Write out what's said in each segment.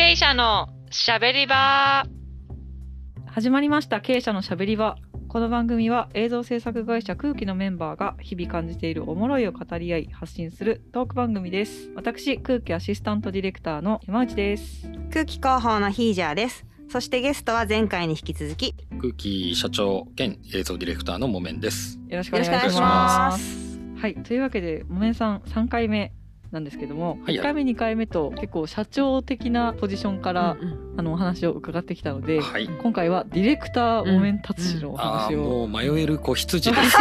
経営者のしゃべり場。 始まりました経営者のしゃべり場。この番組は映像制作会社空気のメンバーが日々感じているおもろいを語り合い発信するトーク番組です。私空気アシスタントディレクターの山内です。 空気広報のヒージャーです。そしてゲストは前回に引き続き空気社長兼映像ディレクターのもめんです。 よろしくお願いします。はい、というわけでもめんさん3回目なんですけども、1回目2回目と結構社長的なポジションから、お話を伺ってきたので、今回はディレクターもめん達氏のお話を、 もう迷える子羊です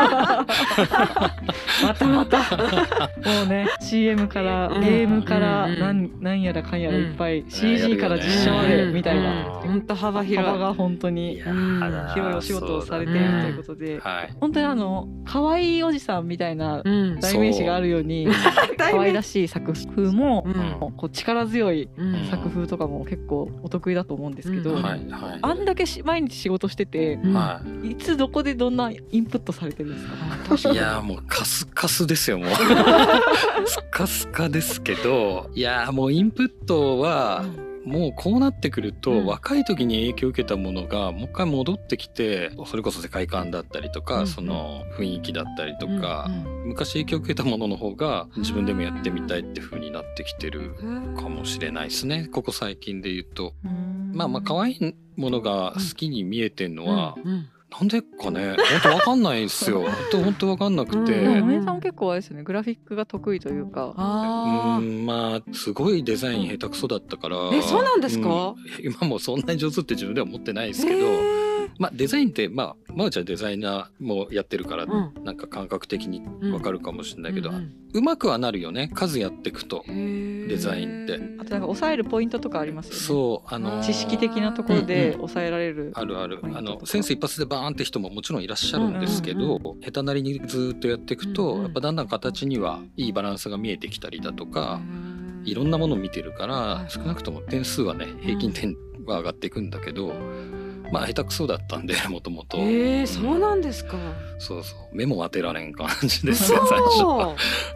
またもうね CM からゲームからなんやらかんやらいっぱい、CG から実写までみたいな、 本当幅が本当に広いお仕事をされているということで、本当に可愛いおじさんみたいな代名詞があるように可愛らしい作風も、こう力強い作風とかも結構お得意だと思うんですけど、あんだけ毎日仕事してて、いつどこでどんなインプットされてるんですか？ いやもうカスカスですよ。もうスカスカですけど、いやもうインプットは、もうこうなってくると、若い時に影響を受けたものがもう一回戻ってきて、それこそ世界観だったりとか、その雰囲気だったりとか、昔影響を受けたものの方が自分でもやってみたいって風になってきてるかもしれないですね、ここ最近で言うと。まあ可愛いものが好きに見えてんのは、なんでかね、本当わかんないんですよ。本当わかんなくて。 もめんさん結構あれですよね、グラフィックが得意というか。 まあすごいデザイン下手くそだったから。 そうなんですか？ 今もそんなに上手って自分では思ってないですけど、まあデザインってまあうちはデザイナーもやってるから、なんか感覚的にわかるかもしれないけど、うまくはなるよね、数やっていくとデザインって。 あとなんか抑えるポイントとかありますよね。 そう知識的なところで抑えられる、 あるセンス一発でバーンって人ももちろんいらっしゃるんですけど、下手なりにずっとやっていくと、やっぱだんだん形にはいいバランスが見えてきたりだとか、いろんなものを見てるから、少なくとも点数はね、平均点は上がっていくんだけど、まあ下手くそだったんで、もともと。 そうなんですか。 そう目も当てられん感じですよ最初は。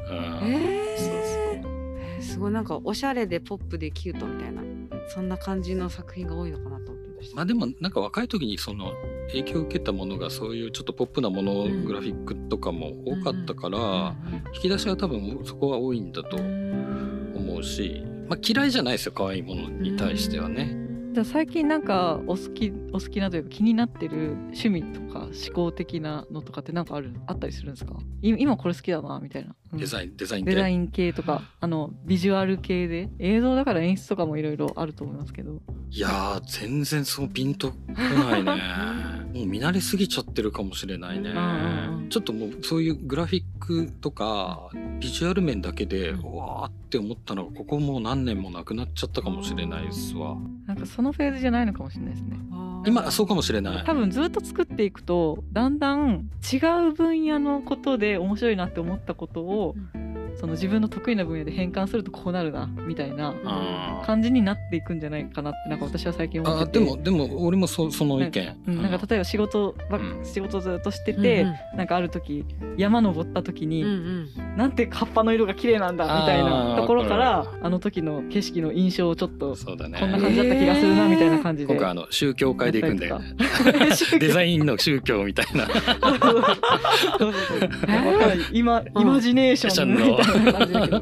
すごいなんかおしゃれでポップでキュートみたいな、そんな感じの作品が多いのかなと思ってました。 まあでもなんか若い時にその影響を受けたものがそういうちょっとポップなもの、グラフィックとかも多かったから、引き出しは多分そこは多いんだと思うし、まあ嫌いじゃないですよ、可愛いものに対してはね。 じゃあ最近なんかお好きなというか気になってる趣味とか思考的なのとかってなんかあったりするんですか？今これ好きだなみたいな、 デザイン系とか、ビジュアル系で、映像だから演出とかもいろいろあると思いますけど。 いやー全然そうピンとこないね。もう見慣れすぎちゃってるかもしれないね。ちょっともうそういうグラフィックとかビジュアル面だけでうわーって思ったのがここもう何年もなくなっちゃったかもしれないですわ。 なんかそのフェーズじゃないのかもしれないですね。 今そうかもしれない。 多分ずっと作っていくとだんだん違う分野のことで面白いなって思ったことを、その自分の得意な分野で変換するとこうなるなみたいな感じになっていくんじゃないかなって、なんか私は最近思ってて。 でも俺もその意見。 なんか例えば仕事ずっとしてて、なんかある時山登った時に、なんて葉っぱの色が綺麗なんだみたいなところから、あの時の景色の印象をちょっとこんな感じだった気がするなみたいな感じで。 僕は宗教界で行くんでデザインの宗教みたいなイマジネーションみたいな感じだけど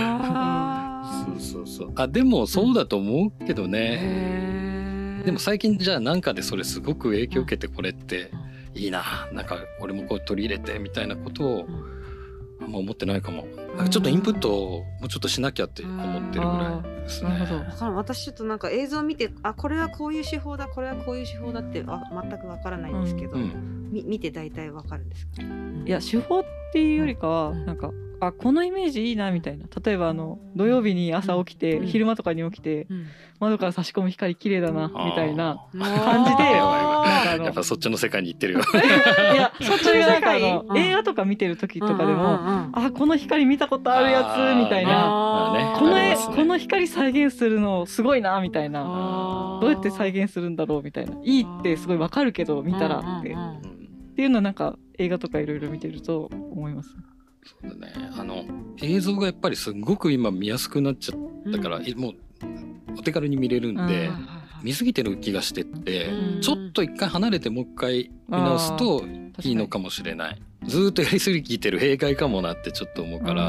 そうでもそうだと思うけどね。でも最近じゃあなんかでそれすごく影響を受けて、これっていいな、なんか俺もこう取り入れてみたいなことをあんま思ってないかも。ちょっとインプットをもうちょっとしなきゃって思ってるぐらいですね。 なるほど。 私ちょっとなんか映像を見て、これはこういう手法だ、これはこういう手法だって全くわからないんですけど、見て大体わかるんですか？ いや手法っていうよりかは、なんかこのイメージいいなみたいな。例えば土曜日に朝起きて、昼間とかに起きて、窓から差し込む光綺麗だなみたいな感じで、 やっぱそっちの世界に行ってるよ。 いやそっちがなんか映画とか見てる時とかでも、この光見たことあるやつみたいな、この光再現するのすごいなみたいな、どうやって再現するんだろうみたいな、いいってすごいわかるけど見たらっていうのはなんか映画とかいろいろ見てると思います。 そうだね、映像がやっぱりすごく今見やすくなっちゃったから、もうお手軽に見れるんで、見過ぎてる気がしてって、ちょっと一回離れてもう一回見直すといいのかもしれない。ずっとやりすぎてる弊害かもなってちょっと思うから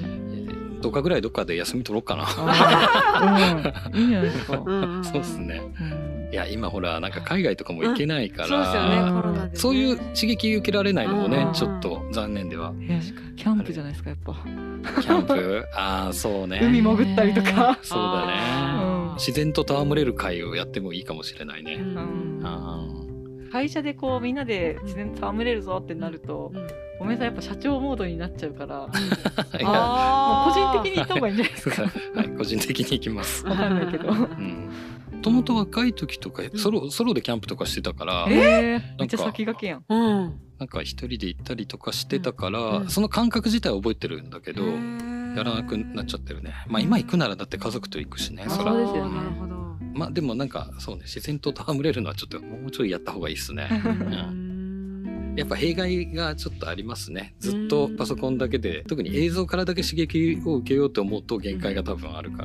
、10日ぐらいどっかで休み取ろうかな。 いいんじゃないですか。 そうですね。いや今ほらなんか海外とかも行けないから、 そうですよね、コロナでね。 そういう刺激受けられないのもね、ちょっと残念では。 キャンプじゃないですかやっぱ。 キャンプ、そうね。 海潜ったりとか。 そうだね。自然と戯れる会をやってもいいかもしれないね。 会社でこうみんなで自然と戯れるぞってなると、おめさんやっぱ社長モードになっちゃうから、もう個人的に行った方がいいんじゃないですか。 はい、個人的に行きます。 わかんないけど。 もともと若い時とかソロでキャンプとかしてたから、 めっちゃ先駆けやん。 なんか一人で行ったりとかしてたから、その感覚自体は覚えてるんだけど、やらなくなっちゃってるね。まあ今行くならだって家族と行くしね。 そうですよね。 まあでもなんかそうね、自然と戯れるのはちょっともうちょいやった方がいいですね。やっぱ弊害がちょっとありますね。ずっとパソコンだけで、特に映像からだけ刺激を受けようと思うと限界が多分あるから、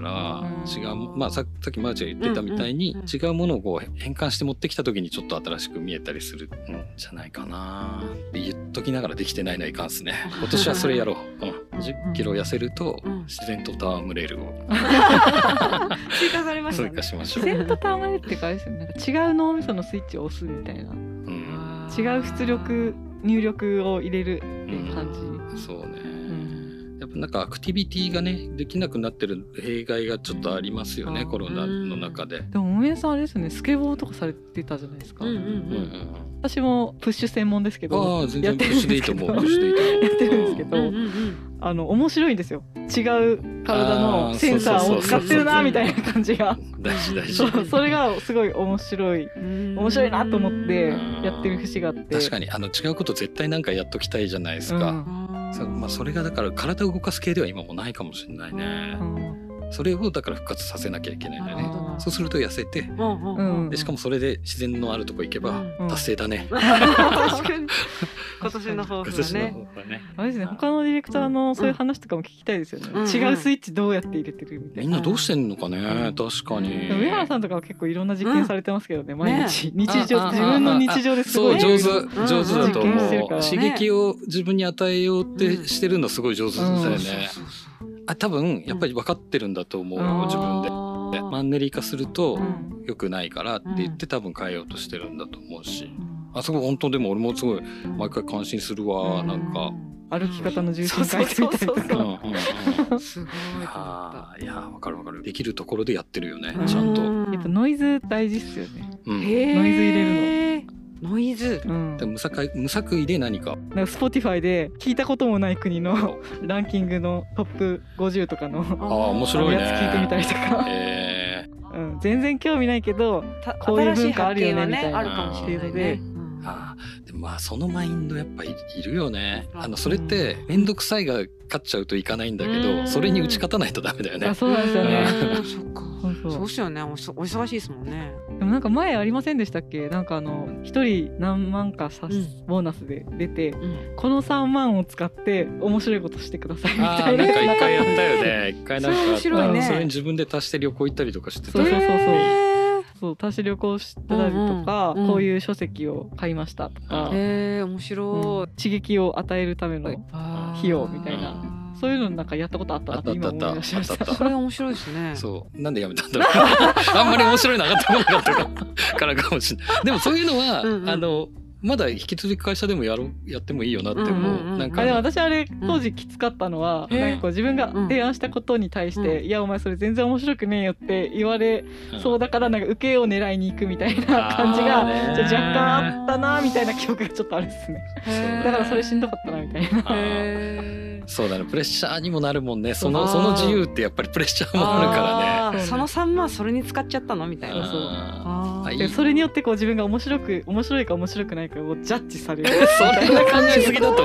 違う、まあさっきマーチが言ってたみたいに、違うものをこう変換して持ってきた時にちょっと新しく見えたりするんじゃないかな。言っときながらできてないのはいかんっすね。今年はそれやろう。10キロ痩せると自然と戯れるを追加されましたね。 追加しましょう。 自然と戯れるってかあれですよね。なんか違う脳みそのスイッチを押すみたいな。違う出力入力を入れるっていう感じ。 そうね。やっぱなんかアクティビティがねできなくなってる弊害がちょっとありますよね、コロナの中で。 でもおめえさんあれですよね、スケボーとかされてたじゃないですか。私もプッシュ専門ですけど、 全然プッシュでいいと思う。プッシュでいいと思う。 やってるんですけど、面白いんですよ。違う体のセンサーを使ってるなみたいな感じが。 大事。 それがすごい面白いなと思ってやってる節があって。 確かに違うこと絶対なんかやっときたいじゃないですか。まあそれがだから体を動かす系では今もないかもしれないね。それをだから復活させなきゃいけないんだね。そうすると痩せて、でしかもそれで自然のあるとこ行けば達成だね。 確かに今年の抱負だね。 あれですね、他のディレクターのそういう話とかも聞きたいですよね。違うスイッチどうやって入れてるみたいな。 みんなどうしてんのかね。確かに。 上原さんとかは結構いろんな実験されてますけどね。毎日自分の日常ですごい上手だと思う。刺激を自分に与えようってしてるのすごい上手だよね。多分やっぱり分かってるんだと思うよ、自分で。マンネリ化すると良くないからって言って多分変えようとしてるんだと思うし、そこ本当でも俺もすごい毎回感心するわ。なんか歩き方の重心変えてみたりとか。 すごい。 いや分かる。できるところでやってるよね、ちゃんと。 ノイズ大事っすよね。ノイズ入れるの。 ノイズ、 でも無作為で何かなんか Spotify で聞いたこともない国のランキングのトップ50とかの面白いねやつ聞いてみたりとか、全然興味ないけどこういう文化あるよねみたいなっていうので。 でもまあそのマインドやっぱいるよね。それって面倒くさいが勝っちゃうといかないんだけど、それに打ち勝たないとダメだよね。 そうなんですよね。 そっか。そうしようね。お忙しいですもんね。 でもなんか前ありませんでしたっけ？なんか一人何万かボーナスで出て、この3万を使って面白いことしてくださいみたいな。 なんか一回やったよね。一回なんか面白いね。 それに自分で足して旅行行ったりとかしてた。 そう足し旅行したりとか、こういう書籍を買いましたとか、 面白い、 刺激を与えるための費用みたいな、そういうのなんかやったことあったなって今思い出しました。 それ面白いですね。 そうなんでやめたんだろう。あんまり面白いの上がってこなかったからかもしれない。でもそういうのはまだ引き続き会社でもやってもいいよなって思う。なんかでも私あれ当時きつかったのは、なんかこう自分が提案したことに対して、いやお前それ全然面白くねえよって言われそうだから、なんか受けを狙いに行くみたいな感じが若干あったなみたいな記憶がちょっとあるっすね。だからそれしんどかったなみたいな。 そうだね、プレッシャーにもなるもんね。その自由ってやっぱりプレッシャーもあるからね。 その3万それに使っちゃったのみたいな。 それによってこう自分が面白いか面白くないかをジャッジされる。 それは考えすぎだと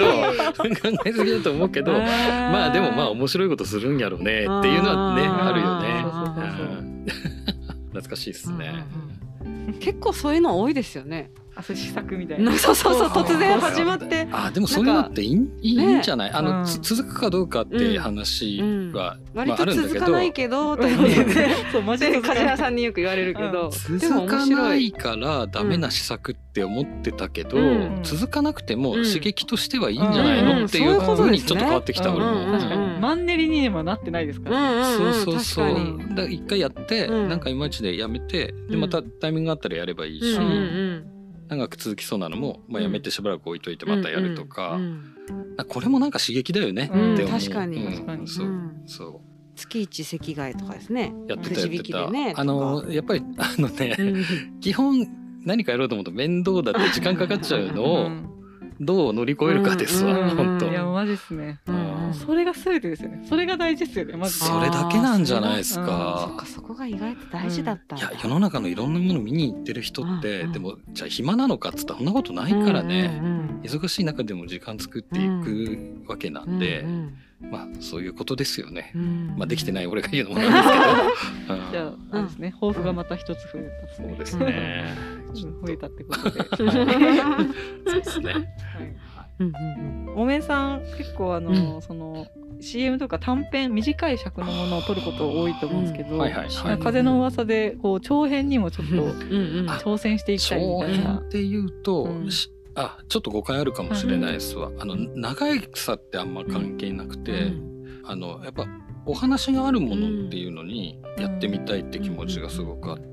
思うけどまあでもまあ面白いことするんやろうねっていうのはねあるよね。懐かしいですね。 結構そういうの多いですよね。 す試作みたいな。 そう突然始まって。 でもそういうのっていいんじゃない？続くかどうかって話は割と続かないけどと思ってそうマジで梶原さんによく言われるけど、 続かないからダメな施策って思ってたけど、続かなくても刺激としてはいいんじゃないのっていうふうにちょっと変わってきた。俺も確かにマンネリにはなってないですから。 そうだから一回やってなんかいまいちでやめて、でまたタイミングがあったらやればいいし、長く続きそうなのもやめてしばらく置いといてまたやるとか、これもなんか刺激だよねって思う。 確かにそう月一席替えとかですね。 やってた。やっぱり基本何かやろうと思うと面倒だって時間かかっちゃうのをどう乗り越えるかですわ。本当。 いやマジですね。それが全てですよね。それが大事ですよね。まずそれだけなんじゃないですか。 そこが意外と大事だった。 いや世の中のいろんなもの見に行ってる人ってでもじゃあ暇なのかっつったらそんなことないからね。忙しい中でも時間作っていくわけなんで。そういうことですよね。できてない俺が言うのもなんですけど。 じゃあですね。抱負がまた一つ増えた。 そうですね。 増えたってことで。 そうですね。 おめさん結構その CM とか短編短い尺のものを撮ること多いと思うんですけど、風の噂でこう長編にもちょっと挑戦していきたいみたいな。 長編っていうと。ちょっと誤解あるかもしれないですわ。長いさってあんま関係なくて、やっぱお話があるものっていうのにやってみたいって気持ちがすごくあって、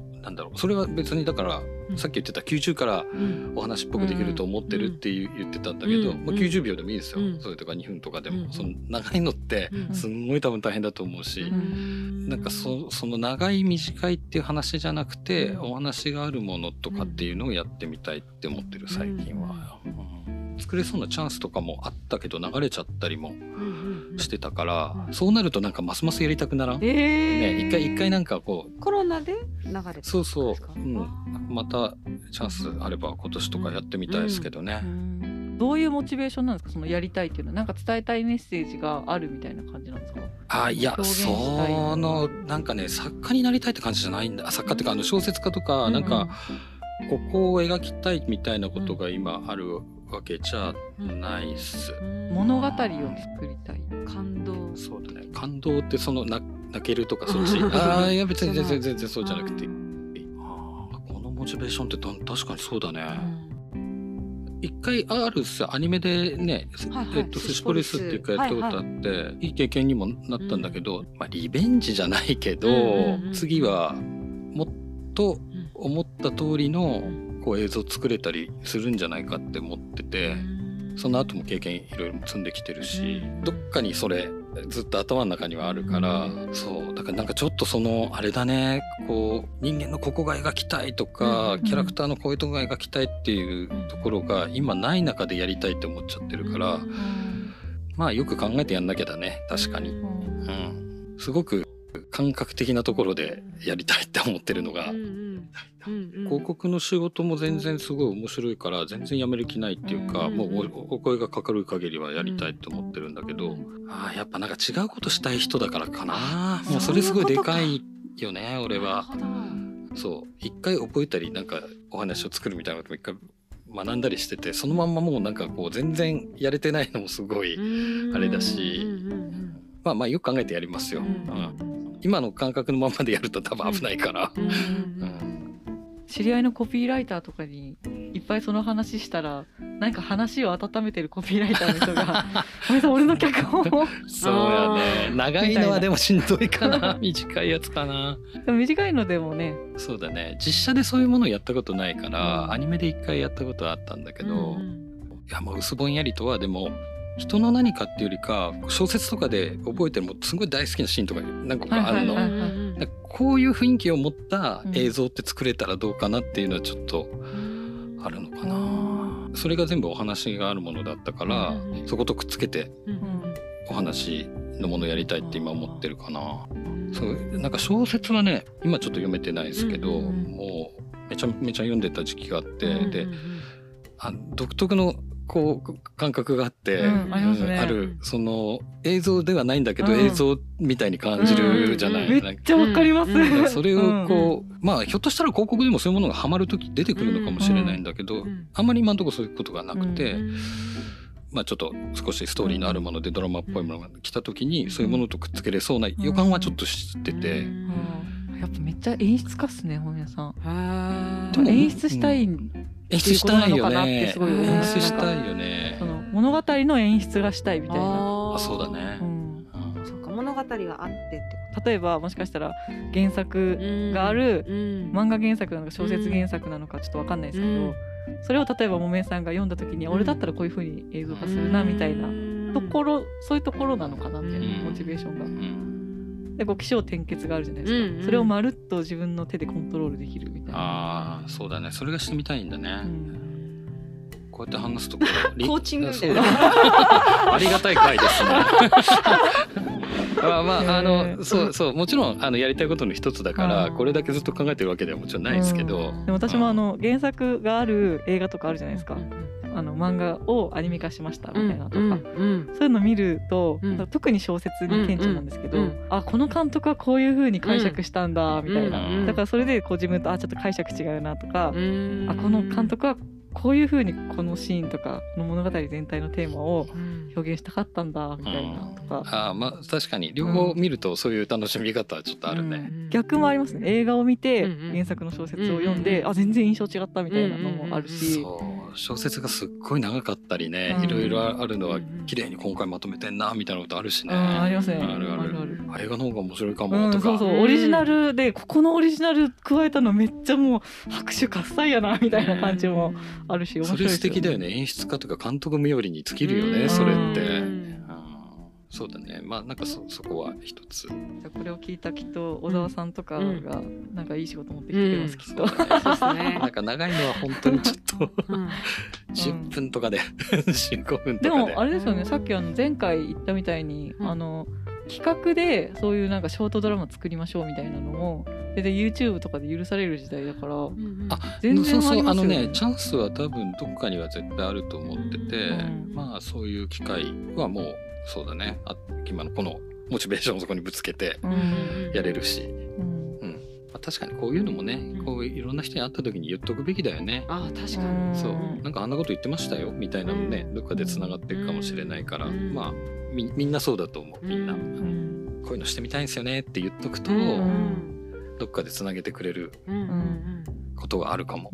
それは別にだからさっき言ってた90からお話っぽくできると思ってるって言ってたんだけど、90秒でもいいですよ。それとか2分とかでも、その長いのってすんごい多分大変だと思うし、なんかその長い短いっていう話じゃなくて、お話があるものとかっていうのをやってみたいって思ってる最近は。作れそうなチャンスとかもあったけど流れちゃったりもしてたから、そうなるとなんかますますやりたくならん、一回なんかこうコロナで流れてそうまたチャンスあれば今年とかやってみたいですけどね。 どういうモチベーションなんですか？そのやりたいっていうのはなんか伝えたいメッセージがあるみたいな感じなんですか？ いやなんかね作家になりたいって感じじゃないんだ。作家っていうか小説家とかなんかここを描きたいみたいなことが今あるわけじゃないっす。 物語を作りたい。 感動。 そうだね。感動ってその泣けるとかそっち。いや別に全然そうじゃなくて。このモチベーションって確かにそうだね。一回あるさアニメでね、寿司ポリスっていうかやったことあって、いい経験にもなったんだけど、リベンジじゃないけど、次はもっと思った通りのこう映像作れたりするんじゃないかって思ってて、その後も経験いろいろ積んできてるし、どっかにそれずっと頭の中にはあるから、そうだからなんかちょっとそのあれだね、こう人間のここが描きたいとか、キャラクターのこういうとこが描きたいっていうところが今ない中でやりたいって思っちゃってるから、よく考えてやんなきゃだね。確かに、すごく感覚的なところでやりたいって思ってるのが、広告の仕事も全然すごい面白いから全然やめる気ないっていうか、もうお声がかかる限りはやりたいと思ってるんだけど、やっぱなんか違うことしたい人だからかな。もうそれすごいでかいよね俺は。そう一回覚えたりなんかお話を作るみたいなことも一回学んだりしてて、そのまんまもうなんかこう全然やれてないのもすごいあれだし、よく考えてやりますよ。今の感覚のままでやると多分危ないから。 知り合いのコピーライターとかにいっぱいその話したら、なんか話を温めてるコピーライターの人がごめんなさい俺の脚本をそうやね。長いのはでもしんどいかな。短いやつかな。 でも短いのでもね。 そうだね。実写でそういうものをやったことないから、アニメで一回やったことはあったんだけど、いやもう薄ぼんやりとはでも人の何かっていうよりか小説とかで覚えてるもすごい大好きなシーンとか何個かあるの。こういう雰囲気を持った映像って作れたらどうかなっていうのはちょっとあるのかな。それが全部お話があるものだったから、そことくっつけてお話のものやりたいって今思ってるかな。そうなんか小説はね今ちょっと読めてないですけど、もうめちゃめちゃ読んでた時期があって、で独特のこう感覚があって、 ありますね。 あるその映像ではないんだけど、映像みたいに感じるじゃない。 めっちゃわかります。 それをこう、まあひょっとしたら広告でもそういうものがハマる時出てくるのかもしれないんだけど、あんまり今のところそういうことがなくて、まあちょっと少しストーリーのあるものでドラマっぽいものが来た時にそういうものとくっつけれそうな予感はちょっとしてて、 やっぱめっちゃ演出家っすね、本屋さん。でも演出したい演出したいよね。 すごい演出したいよね。 その物語の演出がしたいみたいな。 あ、そうだね。 そうか、物語があってってこと。例えばもしかしたら原作がある、漫画原作なのか小説原作なのかちょっと分かんないですけど、それを例えば木綿さんが読んだ時に、俺だったらこういう風に映像化するなみたいなところ、そういうところなのかなみたいなモチベーションが。でこう起承転結があるじゃないですか、それをまるっと自分の手でコントロールできるみたいな。 ああ、そうだね。それがしてみたいんだね。こうやって話すとコーチングみたいなありがたい回ですね。そうもちろんやりたいことの一つだからこれだけずっと考えてるわけではもちろんないですけど、 でも私も原作がある映画とかあるじゃないですか。漫画をアニメ化しましたみたいなとか、そういうの見ると、特に小説に顕著なんですけど、あ、この監督はこういう風に解釈したんだみたいな、だからそれでこう自分とちょっと解釈違うなとか、あ、この監督はこういう風にこのシーンとかこの物語全体のテーマを表現したかったんだみたいなとか、 まあ確かに両方見るとそういう楽しみ方はちょっとあるね。 逆もありますね。映画を見て原作の小説を読んで、あ、全然印象違ったみたいなのもあるし、 小説がすっごい長かったりね、いろいろあるのは綺麗に今回まとめてんなみたいなことあるしね。 ありますね。 ある。映画の方が面白いかもとか、 そうオリジナルでここのオリジナル加えたのめっちゃもう拍手喝采やなみたいな感じもあるし、面白いですよね。 それ素敵だよね。演出家とか監督冥利に尽きるよね、それって。そうだね。まあなんかそこは一つ。じゃこれを聞いたきっと小沢さんとかがなんかいい仕事持ってきてくれます、きっと。 そうですね。 なんか長いのは本当にちょっと10分とかで15分とかで。 でもあれですよね。さっき前回言ったみたいに企画でそういうなんかショートドラマ作りましょうみたいなのもで YouTube とかで許される時代だから、全然ありますよね。 チャンスは多分どっかには絶対あると思ってて、まあそういう機会はもうそうだね。今のこのモチベーションをそこにぶつけてやれるし、確かにこういうのもね、こういろんな人に会った時に言っとくべきだよね。 あ、確かに。 そう、なんかあんなこと言ってましたよみたいなのね、どっかでつながっていくかもしれないから、まあみんなそうだと思う。みんな、こういうのしてみたいんですよねって言っとくと、どっかでつなげてくれることがあるかも。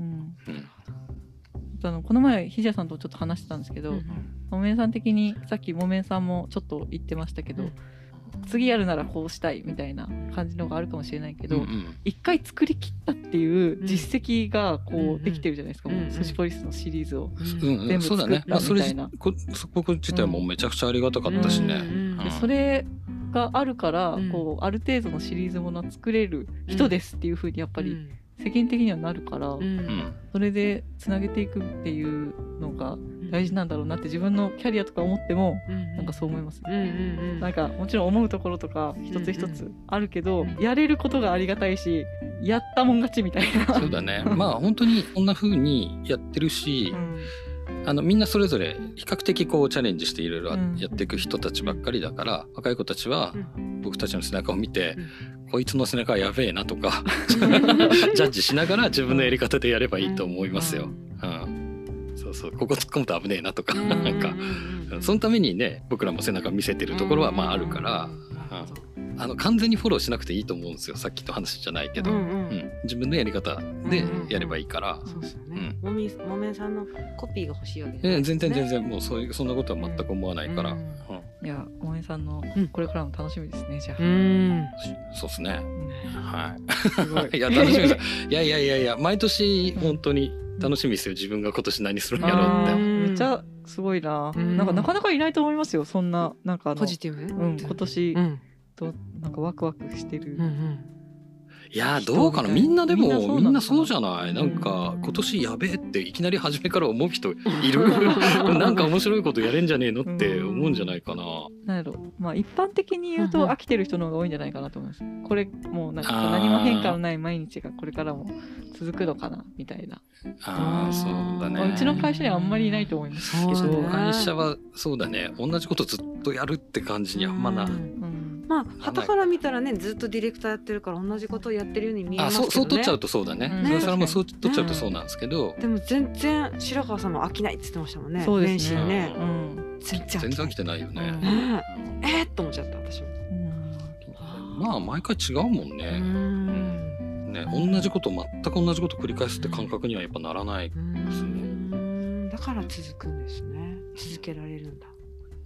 この前ひじやさんとちょっと話してたんですけど、もめんさん的にさっきもめんさんもちょっと言ってましたけど、次やるならこうしたいみたいな感じのがあるかもしれないけど、一回作り切ったっていう実績がこうできてるじゃないですか。もうソシポリスのシリーズを全部作ったみたいな。そこ自体もめちゃくちゃありがたかったしね。それがあるからこうある程度のシリーズもの作れる人ですっていう風にやっぱり世間的にはなるから、それでつなげていくっていうのが大事なんだろうなって自分のキャリアとか思ってもなんかそう思います。なんかもちろん思うところとか一つ一つあるけど、やれることがありがたいし、やったもん勝ちみたいな。 そうだね。まあ本当にこんな風にやってるし、みんなそれぞれ比較的こうチャレンジしていろいろやっていく人たちばっかりだから、若い子たちは僕たちの背中を見て、こいつの背中はやべえなとかジャッジしながら自分のやり方でやればいいと思いますよ。そうここ突っ込むと危ねえなとか、なんかそのためにね僕らも背中見せてるところはまああるから、完全にフォローしなくていいと思うんですよ。さっきの話じゃないけど、自分のやり方でやればいいから。 そうですよね。もめんさんのコピーが欲しいわけですね。 全然もうそんなことは全く思わないから。 いや、もめんさんのこれからも楽しみですね。じゃあ。 そうですね。はい。いや楽しみです。いや毎年本当に楽しみですよ。自分が今年何するんやろうって。 めっちゃすごいな。なんかなかなかいないと思いますよ。そんななんかポジティブ。 今年となんかワクワクしてる。 いやどうかな、みんなでもみんなそうじゃない。なんか今年やべえっていきなり初めから思う人いるなんか面白いことやれんじゃねえのって思うんじゃないかな。 なんやろ、まあ一般的に言うと飽きてる人の方が多いんじゃないかなと思います。これもうなんか何も変化のない毎日がこれからも続くのかなみたいな。 そうだね。 うちの会社にはあんまりいないと思いますけど、 会社はそうだね、同じことずっとやるって感じにあんまない。 まあ傍から見たらね、ずっとディレクターやってるから同じことをやってるように見えますけどね。 そう取っちゃうとそうだね。それもそう取っちゃうとそうなんですけど、 でも全然白川さんも飽きないって言ってましたもんね。 そうですね。 全然飽きてないよね。 と思っちゃった私も。 まあ毎回違うもんね。同じこと全く同じこと繰り返すって感覚にはやっぱならないですね。 だから続くんですね。続けられるんだ。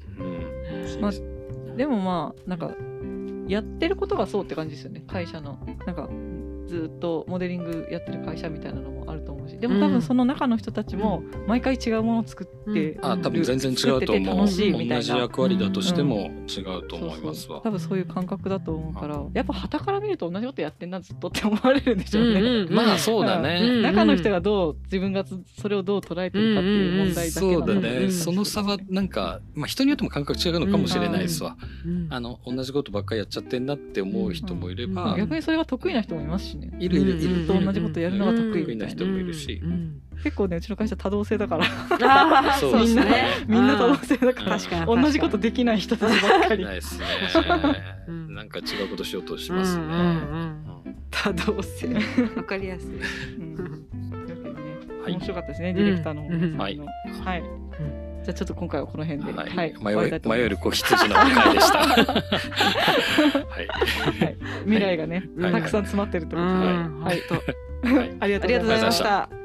でもまあなんかやってることがそうって感じですよね。会社のなんかずっとモデリングやってる会社みたいなのもあると思うし、でも多分その中の人たちも毎回違うものを作って多分全然違うと思う。同じ役割だとしても違うと思いますわ。 多分そういう感覚だと思うから、やっぱ傍から見ると同じことやってんなずっとって思われるんでしょうね。 まあそうだね。 中の人が自分がそれをどう捉えてるかっていう問題だけそうだね。その差はなんか人によっても感覚違うのかもしれないですわ。同じことばっかりやっちゃってんなって思う人もいれば、 逆にそれが得意な人もいますしね。 いると同じことやるのが得意みたいな人もいるし、 結構ねうちの会社多動性だからみんな多動性だから同じことできない人たちばっかり。 ないですね。なんか違うことしようとしますね。 多動性わかりやすい。 面白かったですね、ディレクターの皆さんの。はい。じゃあちょっと今回はこの辺で、 迷える子羊の会でした。 未来がねたくさん詰まってると思うので、ありがとうございました。